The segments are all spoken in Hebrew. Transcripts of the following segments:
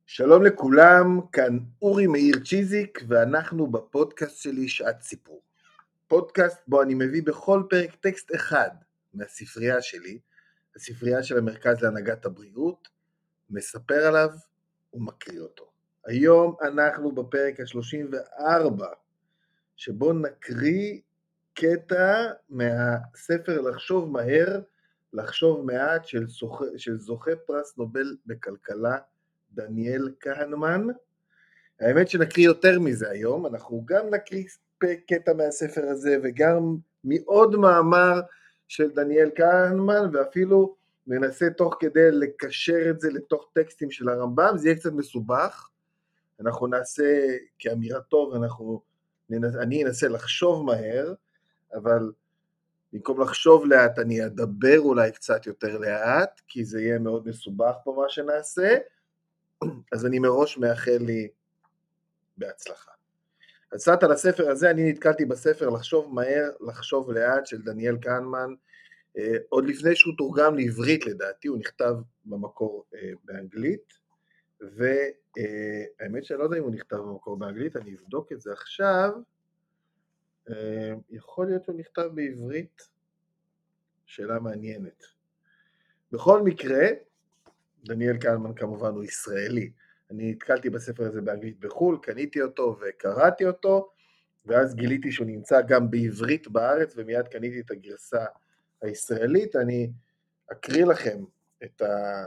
שלום לכולם, כאן אורי מאיר צ'יזיק, ואנחנו בפודקאסט שלי שעת סיפור. פודקאסט בו אני מביא בכל פרק טקסט אחד מהספרייה שלי, הספרייה של המרכז להנהגת הבריאות, מספר עליו ומקריא אותו. היום אנחנו בפרק ה-34, שבו נקריא קטע מהספר לחשוב מהר, לחשוב מעט של זוכה פרס נובל בכלכלה, דניאל כהנמן. האמת שנקריא יותר מזה היום, אנחנו גם נקריא קטע מהספר הזה וגם מעוד מאמר של דניאל כהנמן, ואפילו ננסה תוך כדי לקשר את זה לתוך טקסטים של הרמב"ם. זה יהיה קצת מסובך, אנחנו נעשה כאמירתו, אני אנסה לחשוב מהר, אבל במקום לחשוב לאט אני אדבר אולי קצת יותר לאט, כי זה יהיה מאוד מסובך פה מה שנעשה, אז אני מראש מאחל לי בהצלחה. אז קצת על הספר הזה, אני נתקלתי בספר לחשוב מהר, לחשוב לאט של דניאל כהנמן, עוד לפני שהוא תורגם לעברית לדעתי, הוא נכתב במקור באנגלית, והאמת שאני לא יודע אם הוא נכתב במקור באנגלית, אני אבדוק את זה עכשיו, יכול להיות שהוא נכתב בעברית, שאלה מעניינת. בכל מקרה, דניאל כהנמן כמובן הוא ישראלי, אני נתקלתי בספר הזה באנגלית בחול, קניתי אותו וקראתי אותו, ואז גיליתי שהוא נמצא גם בעברית בארץ, ומיד קניתי את הגרסה הישראלית. אני אקריא לכם את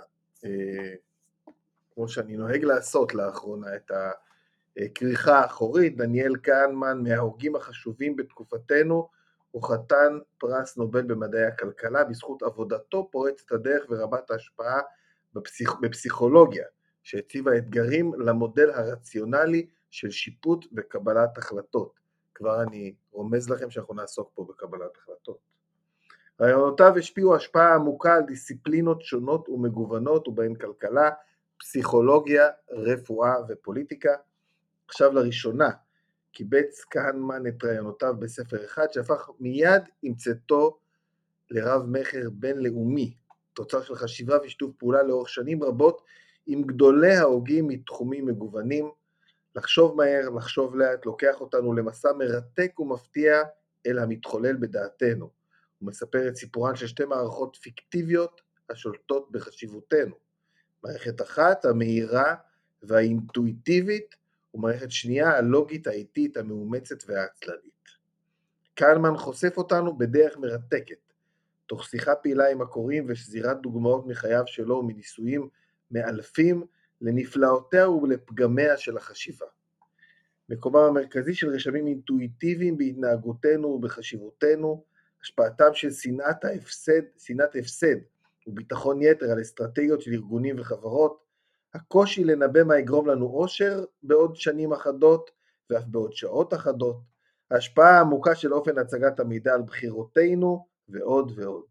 כמו שאני נוהג לעשות לאחרונה, את הכריכה האחורית. דניאל כהנמן, מההוגים החשובים בתקופתנו, הוא חתן פרס נובל במדעי הכלכלה, בזכות עבודתו פורצת הדרך ורבת ההשפעה בפסיכולוגיה, שהציבה אתגרים למודל הרציונלי של שיפוט וקבלת החלטות. כבר אני רומז לכם שאנחנו נעסוק פה בקבלת החלטות. רעיונותיו השפיעו השפעה עמוקה על דיסציפלינות שונות ומגוונות, ובהן כלכלה, פסיכולוגיה, רפואה ופוליטיקה. עכשיו לראשונה קיבץ כהנמן את רעיונותיו בספר אחד, שהפך מיד עם צאתו לרב מחר בינלאומי, תוצר של חשיבה ושיתוף פעולה לאורך שנים רבות עם גדולי ההוגים מתחומים מגוונים. לחשוב מהר, לחשוב לאט, לוקח אותנו למסע מרתק ומפתיע אל המתחולל בדעתנו. הוא מספר את סיפורן של שתי מערכות פיקטיביות השולטות בחשיבותנו. מערכת אחת, המהירה והאינטואיטיבית, ומערכת שנייה, הלוגית, האיטית, המאומצת והעצלנית. כהנמן חושף אותנו בדרך מרתקת, תוך שיחה פעילה עם הקוראים ושזירת דוגמאות מחייו שלו ומניסויים מאלפים לנפלאותיה ולפגמיה של החשיבה. מקומם המרכזי של רשמים אינטואיטיביים בהתנהגותנו ובחשיבותנו, השפעתם של שנאת הפסד וביטחון יתר על אסטרטגיות של ארגונים וחברות, הקושי לנבא מה יגרום לנו אושר בעוד שנים אחדות ואף בעוד שעות אחדות, ההשפעה העמוקה של אופן הצגת המידע על בחירותינו ועוד ועוד.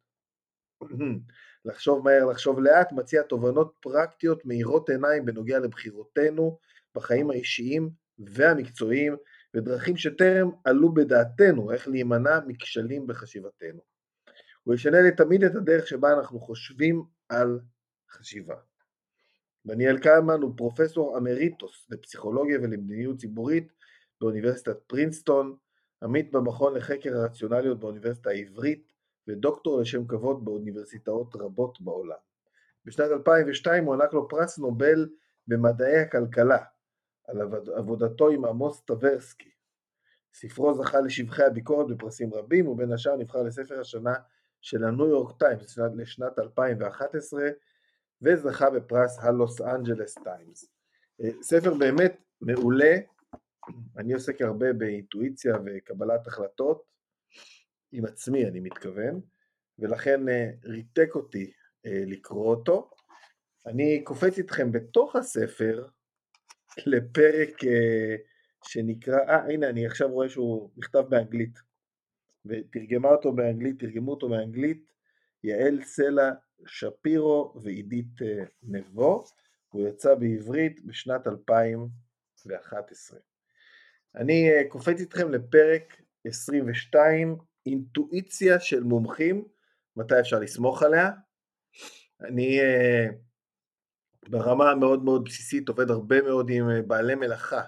לחשוב מהר, לחשוב לאט, מציע תובנות פרקטיות מהירות עיניים בנוגע לבחירותינו בחיים האישיים והמקצועיים, ודרכים שטרם עלו בדעתנו איך להימנע מכשלים בחשיבתנו. הוא ישנה לתמיד את הדרך שבה אנחנו חושבים על חשיבה. דניאל כהנמן הוא פרופסור אמריטוס לפסיכולוגיה ולמדיניות ציבורית באוניברסיטת פרינסטון, עמית במכון לחקר הרציונליות באוניברסיטה העברית, ודוקטור לשם כבוד באוניברסיטאות רבות בעולם. בשנת 2002 הוענק לו פרס נובל במדעי הכלכלה, על עבודתו עם עמוס טברסקי. ספרו זכה לשבחי הביקורת בפרסים רבים, ובין השאר נבחר לספר השנה של הניו יורק טיימס לשנת 2011, וזכה בפרס הלוס אנג'לס טיימס. ספר באמת מעולה, אני עוסק הרבה באינטואיציה וקבלת החלטות, עם עצמי אני מתכוון, ולכן ריתק אותי לקרוא אותו. אני קופץ איתכם בתוך הספר לפרק שנקרא, הנה אני עכשיו רואה שהוא נכתב באנגלית, ותרגמו אותו באנגלית, יעל סלע שפירו ועידית נבו, הוא יצא בעברית בשנת 2011. אני קופץ איתכם לפרק 22, אינטואיציה של מומחים, מתי אפשר לסמוך עליה. אני ברמה המאוד מאוד בסיסית עובד הרבה מאוד עם בעלי מלאכה,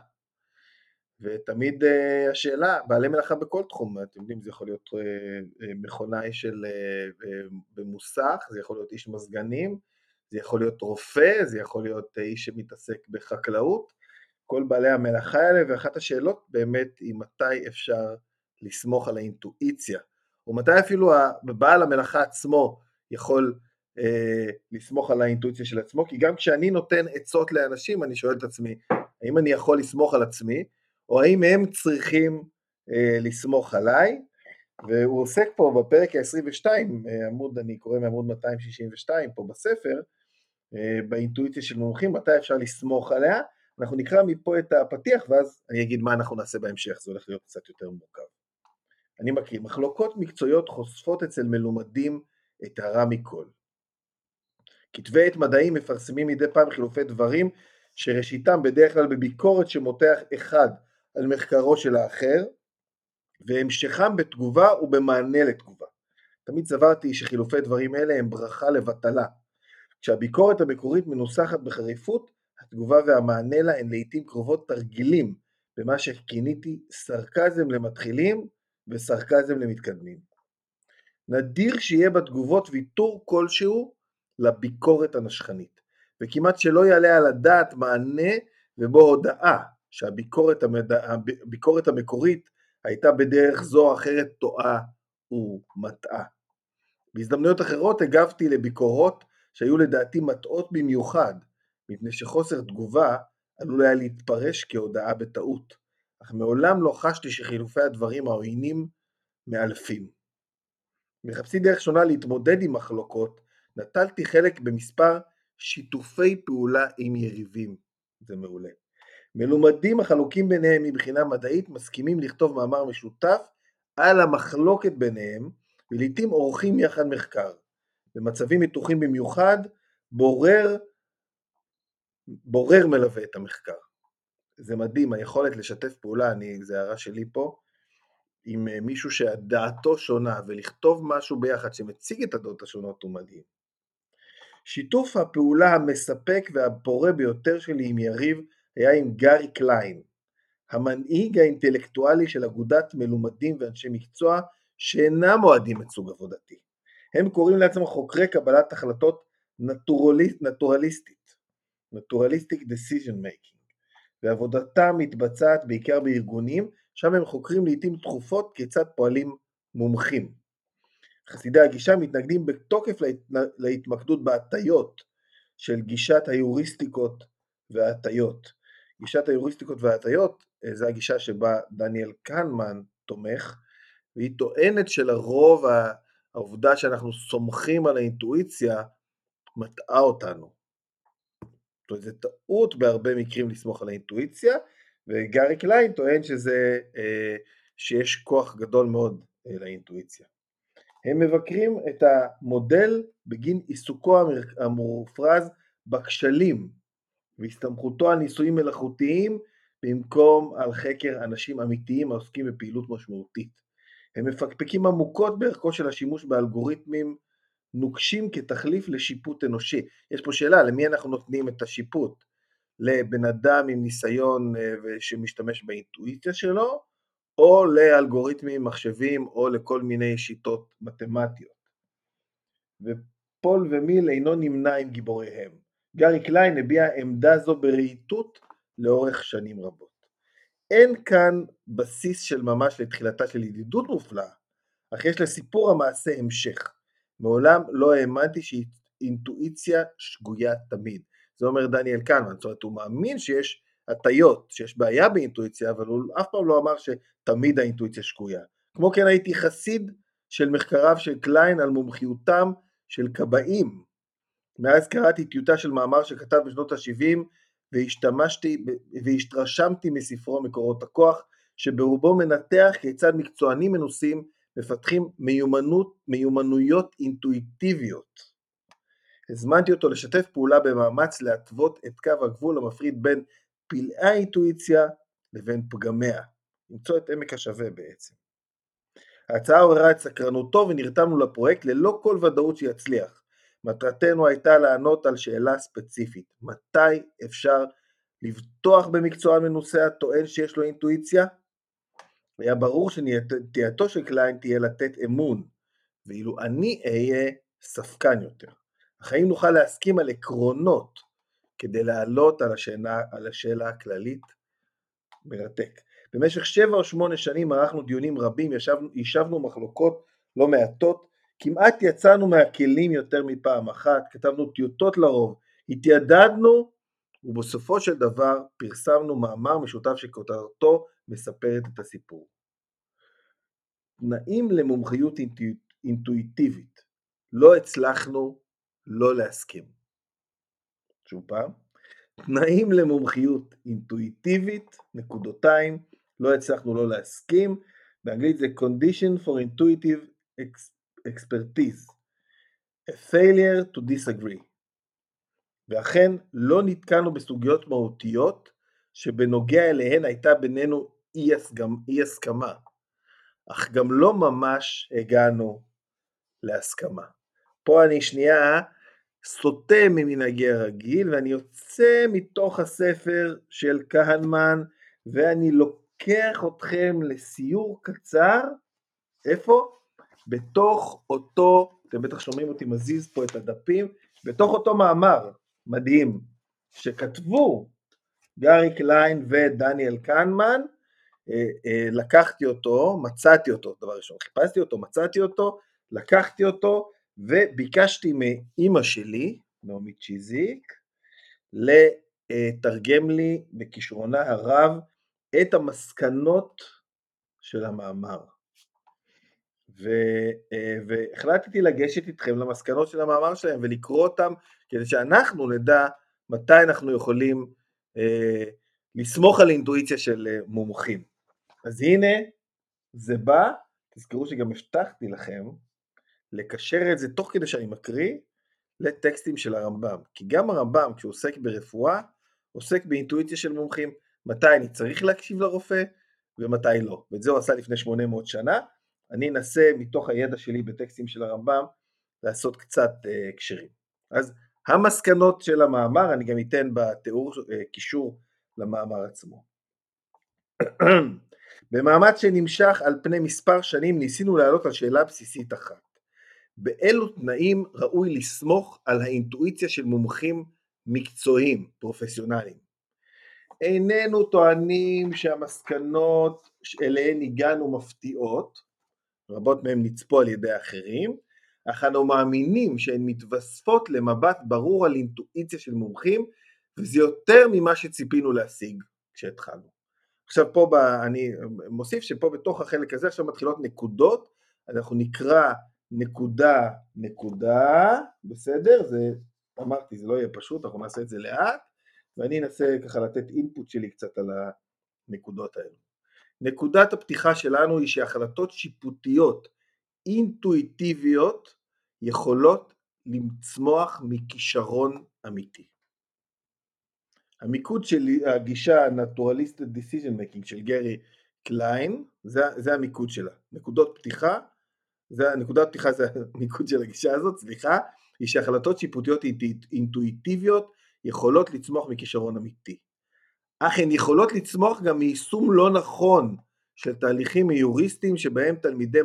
ותמיד השאלה, בעלי מלאכה בכל תחום, אתם יודעים, זה יכול להיות מכונאי במוסך, זה יכול להיות איש מזגנים, זה יכול להיות רופא, זה יכול להיות איש שמתעסק בחקלאות, כל בעלי המלאכה האלה, ואחת השאלות באמת היא מתי אפשר לסמוך על האינטואיציה, או מתי אפילו בעל המלאכה עצמו יכול לסמוך על האינטואיציה של עצמו, כי גם כשאני נותן עצות לאנשים, אני שואל את עצמי, האם אני יכול לסמוך על עצמי, או האם הם צריכים לסמוך עליי, והוא עוסק פה בפרק ה-22, אני קורא מעמוד 262 פה בספר, באינטואיציה של מומחים, מתי אפשר לסמוך עליה, אנחנו נקרא מפה את הפתיח, ואז אני אגיד מה אנחנו נעשה בהמשך, זה הולך להיות קצת יותר מורכב. אני מקריא, מחלוקות מקצועיות חושפות אצל מלומדים את הרע מכל. כתבי עת מדעיים מפרסמים מדי פעם חילופי דברים, שראשיתם בדרך כלל בביקורת שמותח אחד על מחקרו של האחר, והמשכם בתגובה ובמענה לתגובה. תמיד סברתי שחילופי דברים אלה הם ברכה לבטלה. כשהביקורת המקורית מנוסחת בחריפות, התגובה והמענה לה הן לעתים קרובות תרגילים, במה שכיניתי סרקזם למתחילים וסרקזם למתקדמים. נדיר שיהיה בתגובות ויתור כלשהו לביקורת הנשכנית, וכמעט שלא יעלה על הדעת מענה ובו הודעה שהביקורת המקורית הייתה בדרך זו או אחרת טועה ומטעה. בהזדמנויות אחרות הגבתי לביקורות שהיו לדעתי מטעות במיוחד, מפני שחוסר תגובה עלול היה להתפרש כהודעה בטעות, אך מעולם לא חשתי שחילופי הדברים העוינים מאלפים. מחפשי דרך שונה להתמודד עם מחלוקות, נטלתי חלק במספר שיתופי פעולה עם יריבים, זה מעולה. מלומדים החלוקים ביניהם מבחינה מדעית מסכימים לכתוב מאמר משותף על המחלוקת ביניהם, ולעיתים עורכים יחד מחקר. במצבים מתוחים במיוחד, בורר מלווה את המחקר. זה מדהים, היכולת לשתף פעולה, זה הערה שלי פה, עם מישהו שדעתו שונה, ולכתוב משהו ביחד שמציג את הדעות השונות הוא מדהים. שיתוף הפעולה המספק והפורה ביותר שלי עם יריב היה עם גארי קליין, המנהיג האינטלקטואלי של אגודת מלומדים ואנשי מקצוע שאינם אוהדים את סוג עבודתי. הם קוראים לעצמם חוקרי קבלת החלטות נטורליסטית, Naturalistic Decision Making, ועבודתם מתבצעת בעיקר בארגונים, שם הם חוקרים לעתים תכופות כיצד פועלים מומחים. חסידי הגישה מתנגדים בתוקף להתמקדות בהטיות של גישת ההיוריסטיקות וההטיות. גישת ההיוריסטיקות וההטיות זה הגישה שבה דניאל קנמן תומך, והיא טוענת שלרוב העובדה שאנחנו סומכים על האינטואיציה מטעה אותנו. זאת אומרת, זה טעות בהרבה מקרים לסמוך על האינטואיציה, וגארי קליין טוען שיש כוח גדול מאוד לאינטואיציה. הם מבקרים את המודל בגין עיסוקו המופרז בכשלים, והסתמכותו על ניסויים מלאכותיים, במקום על חקר אנשים אמיתיים העוסקים בפעילות משמעותית. הם מפקפקים עמוקות בערכו של השימוש באלגוריתמים נוקשים כתחליף לשיפוט אנושי. יש פה שאלה, למי אנחנו נותנים את השיפוט? לבן אדם עם ניסיון שמשתמש באינטואיציה שלו, או לאלגוריתמים מחשבים, או לכל מיני שיטות מתמטיות. ופול ומיל אינו נמנה עם גיבוריהם. גארי קליין הביע עמדה זו ברהיטות לאורך שנים רבות. אין כאן בסיס של ממש לתחילתה של ידידות מופלאה, אך יש לסיפור המעשה המשך. מעולם לא האמנתי שאינטואיציה שגויה תמיד. זה אומר דניאל קנמן, זאת אומרת הוא מאמין שיש הטיות, שיש בעיה באינטואיציה, אבל הוא אף פעם לא אמר שתמיד האינטואיציה שגויה. כמו כן הייתי חסיד של מחקריו של קליין על מומחיותם של קבעים. מאז קראתי טיוטה של מאמר שכתב בשנות ה-70, והשתרשמתי מספרו מקורות הכוח, שברובו מנתח כיצד מקצוענים מנוסים מפתחים מיומנויות אינטואיטיביות. הזמנתי אותו לשתף פעולה במאמץ להתוות את קו הגבול המפריד בין פלאי האינטואיציה לבין פגמיה, למצוא את עמק השווה בעצם. ההצעה עוררה את סקרנותו ונרתמנו לפרויקט ללא כל ודאות שיצליח. מטרתנו הייתה לענות על שאלה ספציפית, מתי אפשר לבטוח במקצוע מנוסה הטוען שיש לו אינטואיציה? היה ברור שנטייתו של קליין תהיה לתת אמון, ואילו אני אהיה ספקן יותר. אך האם נוכל להסכים על עקרונות כדי לעלות על השאלה הכללית? מרתק. במשך 7 או 8 שנים ערכנו דיונים רבים, ישבנו מחלוקות לא מעטות, כמעט יצאנו מהכלים יותר מפעם אחת, כתבנו טיוטות לרוב, התיידדנו, ובסופו של דבר פרסמנו מאמר משותף שכותרתו מספרת את הסיפור. תנאים למומחיות אינטואיטיבית, לא הצלחנו לא להסכים. שוב פעם, תנאים למומחיות אינטואיטיבית, נקודותיים, לא הצלחנו לא להסכים, באנגלית זה condition for intuitive expertise, a failure to disagree. ואכן לא נתקענו בסוגיות מהותיות, שבנוגע אליהן הייתה בינינו אי הסכמה, אך גם לא ממש הגענו להסכמה. פה אני שנייה סוטה ממנהגי הרגיל, ואני יוצא מתוך הספר של כהנמן, ואני לוקח אתכם לסיור קצר, איפה? בתוך אותו, אתם בטח שומעים אותי מזיז פה את הדפים, בתוך אותו מאמר מדהים, שכתבו גארי קליין ודניאל כהנמן, לקחתי אותו, מצאתי אותו, דבר ראשון, חיפשתי אותו, מצאתי אותו, לקחתי אותו, וביקשתי מאמא שלי, נעמי צ'יזיק, לתרגם לי בכישרונה הרב את המסקנות של המאמר. והחלטתי לגשת איתכם למסקנות של המאמר שלהם ולקרוא אותם, כדי שאנחנו נדע מתי אנחנו יכולים לסמוך על אינטואיציה של מומחים. אז הנה זה בא, תזכרו שגם הבטחתי לכם לקשר את זה תוך כדי שאני מקריא לטקסטים של הרמב"ם, כי גם הרמב"ם כשהוא עוסק ברפואה, עוסק באינטואיציה של מומחים, מתי אני צריך להקשיב לרופא ומתי לא, ואת זה הוא עשה לפני 800 שנה, אני אנסה מתוך הידע שלי בטקסטים של הרמב"ם לעשות קצת קשרים. אז המסקנות של המאמר, אני גם אתן בתיאור קישור למאמר עצמו. במאמץ שנמשך על פני מספר שנים ניסינו להעלות על שאלה בסיסית אחת. באילו תנאים ראוי לסמוך על האינטואיציה של מומחים מקצועיים, פרופסיונליים? איננו טוענים שהמסקנות אליהן הגענו מפתיעות, רבות מהן נצפו על ידי אחרים, אך אנו מאמינים שהן מתווספות למבט ברור על אינטואיציה של מומחים, וזה יותר ממה שציפינו להשיג כשהתחלנו. עכשיו פה אני מוסיף שפה בתוך החלק הזה עכשיו מתחילות נקודות, אנחנו נקרא נקודה נקודה, בסדר? זה אמרתי זה לא יהיה פשוט, אנחנו נעשה את זה לאט, ואני אנסה ככה לתת אינפוט שלי קצת על הנקודות האלה. נקודת הפתיחה שלנו היא שהחלטות שיפוטיות אינטואיטיביות יכולות לצמוח מכישרון אמיתי. המיקוד של הגישה ה-Naturalistic Decision Making של גארי קליין, זה המיקוד שלה. נקודת פתיחה זה המיקוד של הגישה הזאת, סליחה, היא שהחלטות שיפוטיות אינטואיטיביות יכולות לצמוח מכישרון אמיתי. אך הן יכולות לצמוח גם מיישום לא נכון של תהליכים יוריסטיים שבהם תלמידי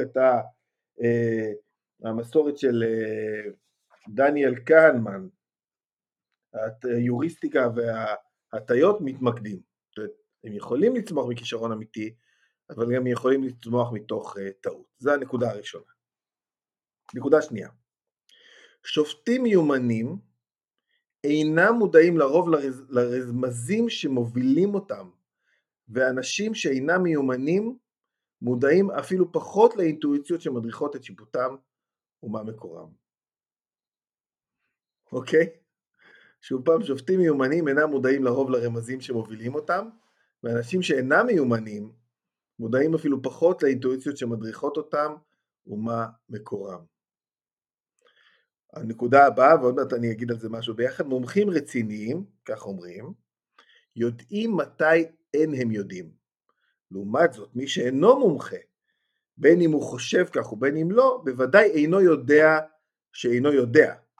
המסורת של דניאל כהנמן, היוריסטיקה וההטיות מתמקדים. הם יכולים לצמוח מכישרון אמיתי, אבל גם יכולים לצמוח מתוך טעות. זו הנקודה הראשונה. נקודה שנייה. שופטים מיומנים אינם מודעים לרוב לרמזים שמובילים אותם, ואנשים שאינם מיומנים מודעים אפילו פחות לאינטואיציות שמדריכות את שיפוטם ומה מקורם. אוקיי? שוב פעם, שופטים מיומנים אינם מודעים לרוב לרמזים שמובילים אותם, ואנשים שאינם מיומנים מודעים אפילו פחות לאינטואיציות שמדריכות אותם ומה מקורם. הנקודה הבאה, ועוד מעט אני אגיד על זה משהו ביחד, מומחים רציניים, כך אומרים, יודעים מתי אין הם יודעים. לעומת זאת, מי שאינו מומחה, בין אם הוא חושב כך ובין אם לא, בוודאי אינו יודע שאינו יודע,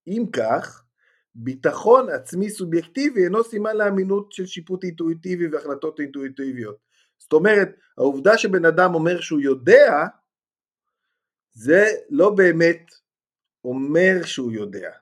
אם כך, ביטחון עצמי סובייקטיבי אינו סימן לאמינות של שיפוט אינטואיטיבי והחלטות אינטואיטיביות. זאת אומרת, העובדה שבן אדם אומר שהוא יודע, זה לא באמת אומר שהוא יודע.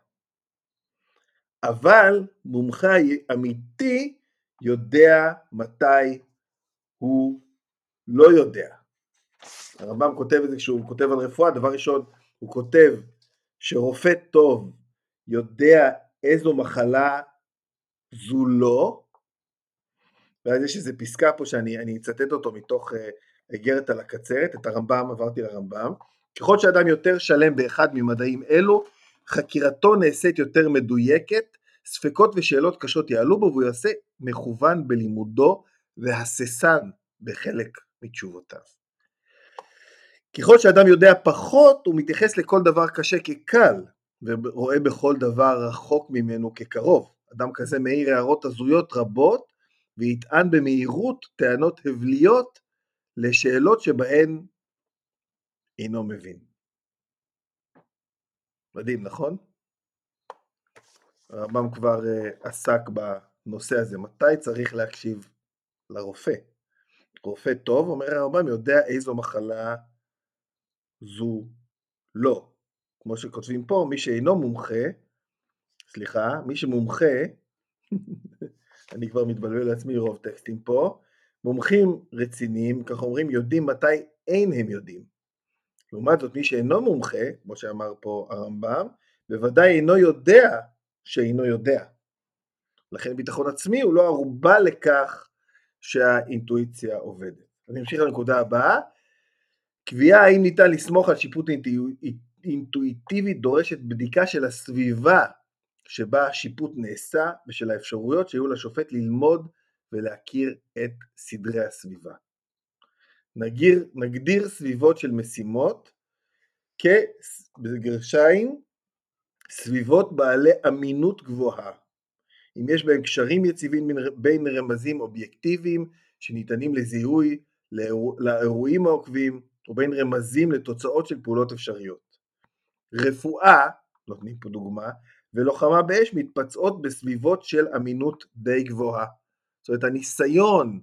אבל מומחה אמיתי יודע מתי הוא לא יודע. הרמב"ם כותב את זה כשהוא כותב על רפואה, דבר ראשון הוא כותב שרופא טוב יודע איזו מחלה זו לא, ואז יש איזו פסקה פה שאני אצטט אותו מתוך איגרת על הקצרת, את הרמב"ם, עברתי לרמב"ם, ככל שאדם יותר שלם באחד ממדעים אלו, חקירתו נעשית יותר מדויקת, ספקות ושאלות קשות יעלו בו, והוא יעשה מכוון בלימודו והססן בחלק מתשובותיו. ככל שאדם יודע פחות, הוא מתייחס לכל דבר קשה כקל, ורואה בכל דבר רחוק ממנו כקרוב. אדם כזה מאיר הערות הזויות רבות, ויטען במהירות טענות הבליות לשאלות שבהן אינו מבין. מדהים, נכון? הרמב"ם כבר עסק בנושא הזה, מתי צריך להקשיב לרופא? רופא טוב, אומר הרמב"ם, יודע איזו מחלה זו לא. כמו שכותבים פה, מי שאינו מומחה, מי שמומחה, אני כבר מתבלבל לעצמי רוב טקסטים פה, מומחים רציניים, כך אומרים, יודעים מתי אין הם יודעים. לעומת זאת, מי שאינו מומחה, כמו שאמר פה הרמב"ם, בוודאי אינו יודע שאינו יודע. לכן ביטחון עצמי הוא לא ערובה לכך שהאינטואיציה עובדת. אני אמשיך לנקודה הבאה, קביעה האם ניתן לסמוך על שיפוט אינטואיטיבי דורשת בדיקה של הסביבה שבה השיפוט נעשה ושל האפשרויות שהיו לשופט ללמוד ולהכיר את סדרי הסביבה. נגדיר סביבות של משימות בגרשיים סביבות בעלי אמינות גבוהה, אם יש בהם קשרים יציבים בין רמזים אובייקטיביים שניתנים לזיהוי לאירועים העוקבים, ובין רמזים לתוצאות של פעולות אפשריות. רפואה, נותנים פה דוגמה, ולוחמה באש מתבצעות בסביבות של אמינות די גבוהה. זאת אומרת, הניסיון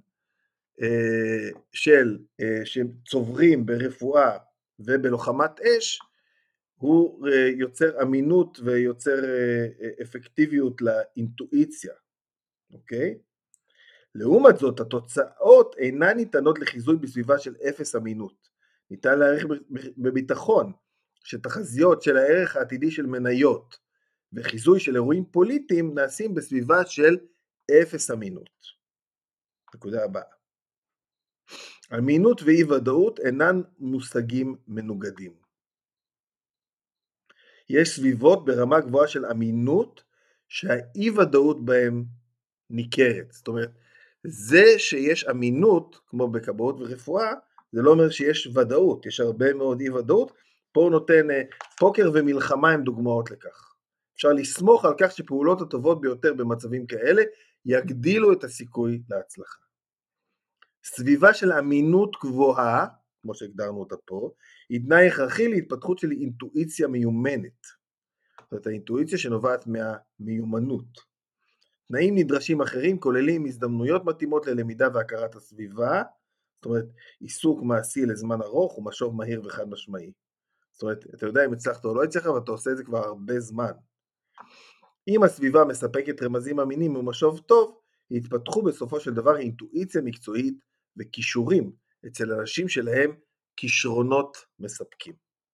שצוברים ברפואה ובלוחמת אש, הוא יוצר אמינות ויוצר אפקטיביות לאינטואיציה, אוקיי? לעומת זאת, התוצאות אינן ניתנות לחיזוי בסביבה של אפס אמינות. ניתן להעריך בביטחון שתחזיות של הערך העתידי של מניות וחיזוי של אירועים פוליטיים נעשים בסביבה של אפס אמינות. נקודה הבאה. אמינות ואי ודאות אינן מושגים מנוגדים. יש סביבות ברמה גבוהה של אמינות שהאי ודאות בהם ניכרת. זאת אומרת, זה שיש אמינות, כמו בכבאות ורפואה, זה לא אומר שיש ודאות, יש הרבה מאוד אי ודאות. פה הוא נותן פוקר ומלחמה הם דוגמאות לכך. אפשר לסמוך על כך שפעולות הטובות ביותר במצבים כאלה יגדילו את הסיכוי להצלחה. סביבה של אמינות גבוהה, כמו שהגדרנו אותה פה, היא תנאי הכרחי להתפתחות של אינטואיציה מיומנת. זאת האינטואיציה שנובעת מהמיומנות. תנאים נדרשים אחרים כוללים הזדמנויות מתאימות ללמידה והכרת הסביבה, זאת אומרת עיסוק מעשי לזמן ארוך ומשוב מהיר וחד משמעי. זאת אומרת, אתה יודע אם הצלחת או לא הצלחת, אבל אתה עושה את זה כבר הרבה זמן. אם הסביבה מספקת רמזים אמינים ומשוב טוב, יתפתחו בסופו של דבר אינטואיציה מקצועית וכישורים אצל אנשים שלהם כישרונות מספקים.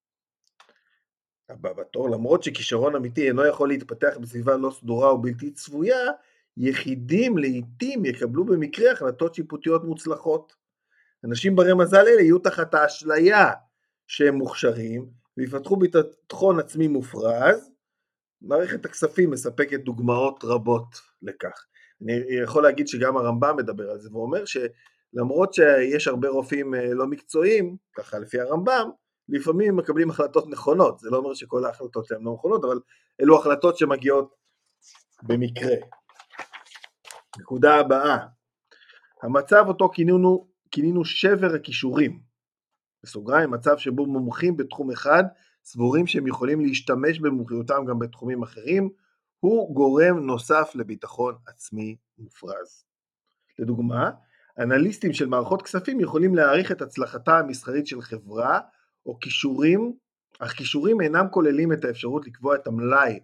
הבא בתור, למרות שכישרון אמיתי אינו יכול להתפתח בסביבה לא סדורה או בלתי צפויה, יחידים לעתים יקבלו במקרה החלטות שיפוטיות מוצלחות. אנשים ברי מזל אלה יהיו תחת האשליה שהם מוכשרים, ויפתחו ביטחון עצמי מופרז. מערכת הכספים מספקת דוגמאות רבות לכך. אני יכול להגיד שגם הרמב"ם מדבר על זה, והוא אומר שלמרות שיש הרבה רופאים לא מקצועיים, ככה לפי הרמב"ם, לפעמים מקבלים החלטות נכונות. זה לא אומר שכל ההחלטות שלהם לא נכונות, אבל אלו החלטות שמגיעות במקרה. נקודה הבאה, המצב אותו כינינו שבר הכישורים, בסוגריים, מצב שבו מומחים בתחום אחד סבורים שהם יכולים להשתמש במומחיותם גם בתחומים אחרים, הוא גורם נוסף לביטחון עצמי מופרז. לדוגמה, אנליסטים של מערכות כספים יכולים להעריך את הצלחתה המסחרית של חברה או כישורים, אך כישורים אינם כוללים את האפשרות לקבוע את המלאי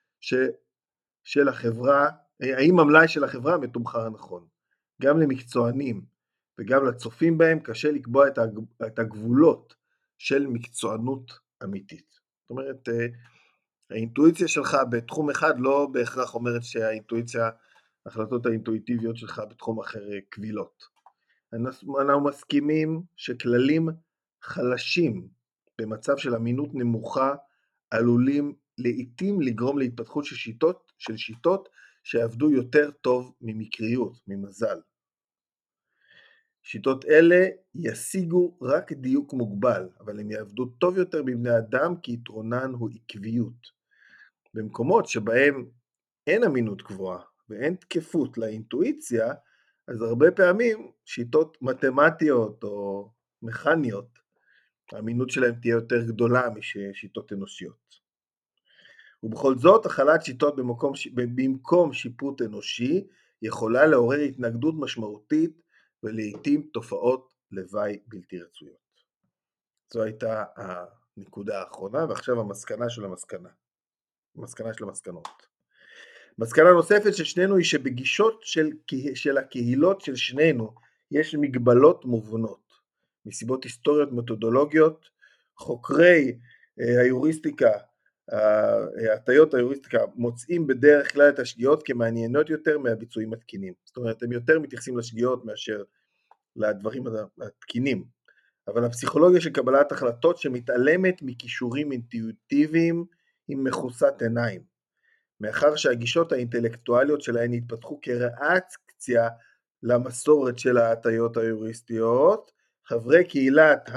של החברה, האם המלאי של החברה מתומחר נכון. גם למקצוענים וגם לצופים בהם קשה לקבוע את הגבולות של מקצוענות אמיתית. זאת אומרת, האינטואיציה שלך בתחום אחד לא בהכרח אומרת ההחלטות האינטואיטיביות שלך בתחום אחר קבילות. אנחנו מסכימים שכללים חלשים במצב של אמינות נמוכה עלולים לעתים לגרום להתפתחות של שיטות שעבדו יותר טוב ממקריות, ממזל. שיטות אלה ישיגו רק דיוק מוגבל, אבל הם יעבדו טוב יותר בבני אדם כי יתרונן הוא עקביות. במקומות שבהם אין אמינות גבוהה ואין תקפות לאינטואיציה, אז הרבה פעמים שיטות מתמטיות או מכניות, האמינות שלהם תהיה יותר גדולה משיטות אנושיות. ובכל זאת, החלת שיטות במקום שיפוט אנושי יכולה לעורר התנגדות משמעותית ולעיתים תופעות לוואי בלתי רצויות. זו הייתה הנקודה האחרונה, ועכשיו המסקנה של המסקנות. מסקנה נוספת של שנינו היא שבגישות של הקהילות של שנינו יש מגבלות מובנות, מסיבות היסטוריות מתודולוגיות. חוקרי ההיוריסטיקה, הטיות ההיוריסטיקה, מוצאים בדרך כלל את השגיאות כמעניינות יותר מהביצועים התקינים. זאת אומרת, הם יותר מתייחסים לשגיאות מאשר לדברים התקינים. אבל הפסיכולוגיה של קבלת החלטות שמתעלמת מכישורים אינטואיטיביים היא מכוסת עיניים. מאחר שהגישות האינטלקטואליות שלהן התפתחו כריאקציה למסורת של ההטיות ההיוריסטיות, חברי קהילת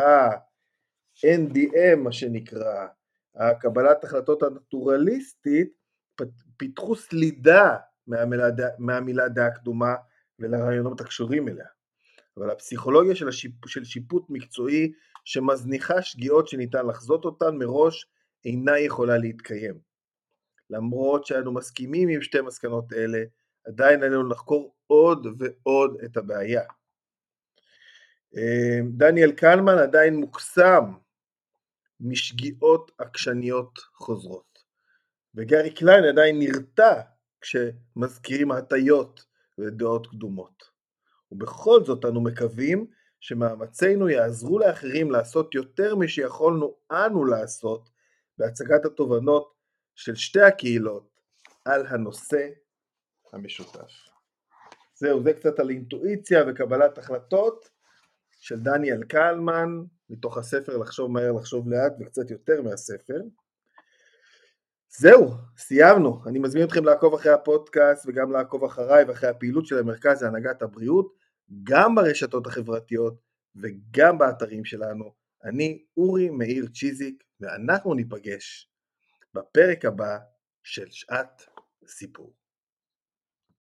ה-NDM, מה שנקרא, הקבלת החלטות הנטורליסטית, פיתחו סלידה מהמילה דעה קדומה ולרעיונות הקשורים אליה. אבל הפסיכולוגיה של שיפוט מקצועי שמזניחה שגיאות שניתן לחזות אותן מראש אינה יכולה להתקיים. למרות שאנו מסכימים עם שתי מסקנות אלה, עדיין עלינו לחקור עוד ועוד את הבעיה. דניאל קלמן עדיין מוקסם משגיאות עקשניות חוזרות, וגארי קליין עדיין נרתע כשמזכירים הטיות ודעות קדומות. ובכל זאת אנו מקווים שמאמצינו יעזרו לאחרים לעשות יותר משיכולנו אנו לעשות בהצגת התובנות של שתי הקהילות על הנושא המשותף. זהו, זה קצת על אינטואיציה וקבלת החלטות של דניאל קלמן, מתוך הספר לחשוב מהר, לחשוב לאט, וקצת יותר מהספר. זהו, סיימנו. אני מזמין אתכם לעקוב אחרי הפודקאסט וגם לעקוב אחריי ואחרי הפעילות של המרכז להנהגת הבריאות, גם ברשתות החברתיות וגם באתרים שלנו. אני אורי מאיר צ'יזיק, ואנחנו ניפגש בפרק הבא של שעת סיפור.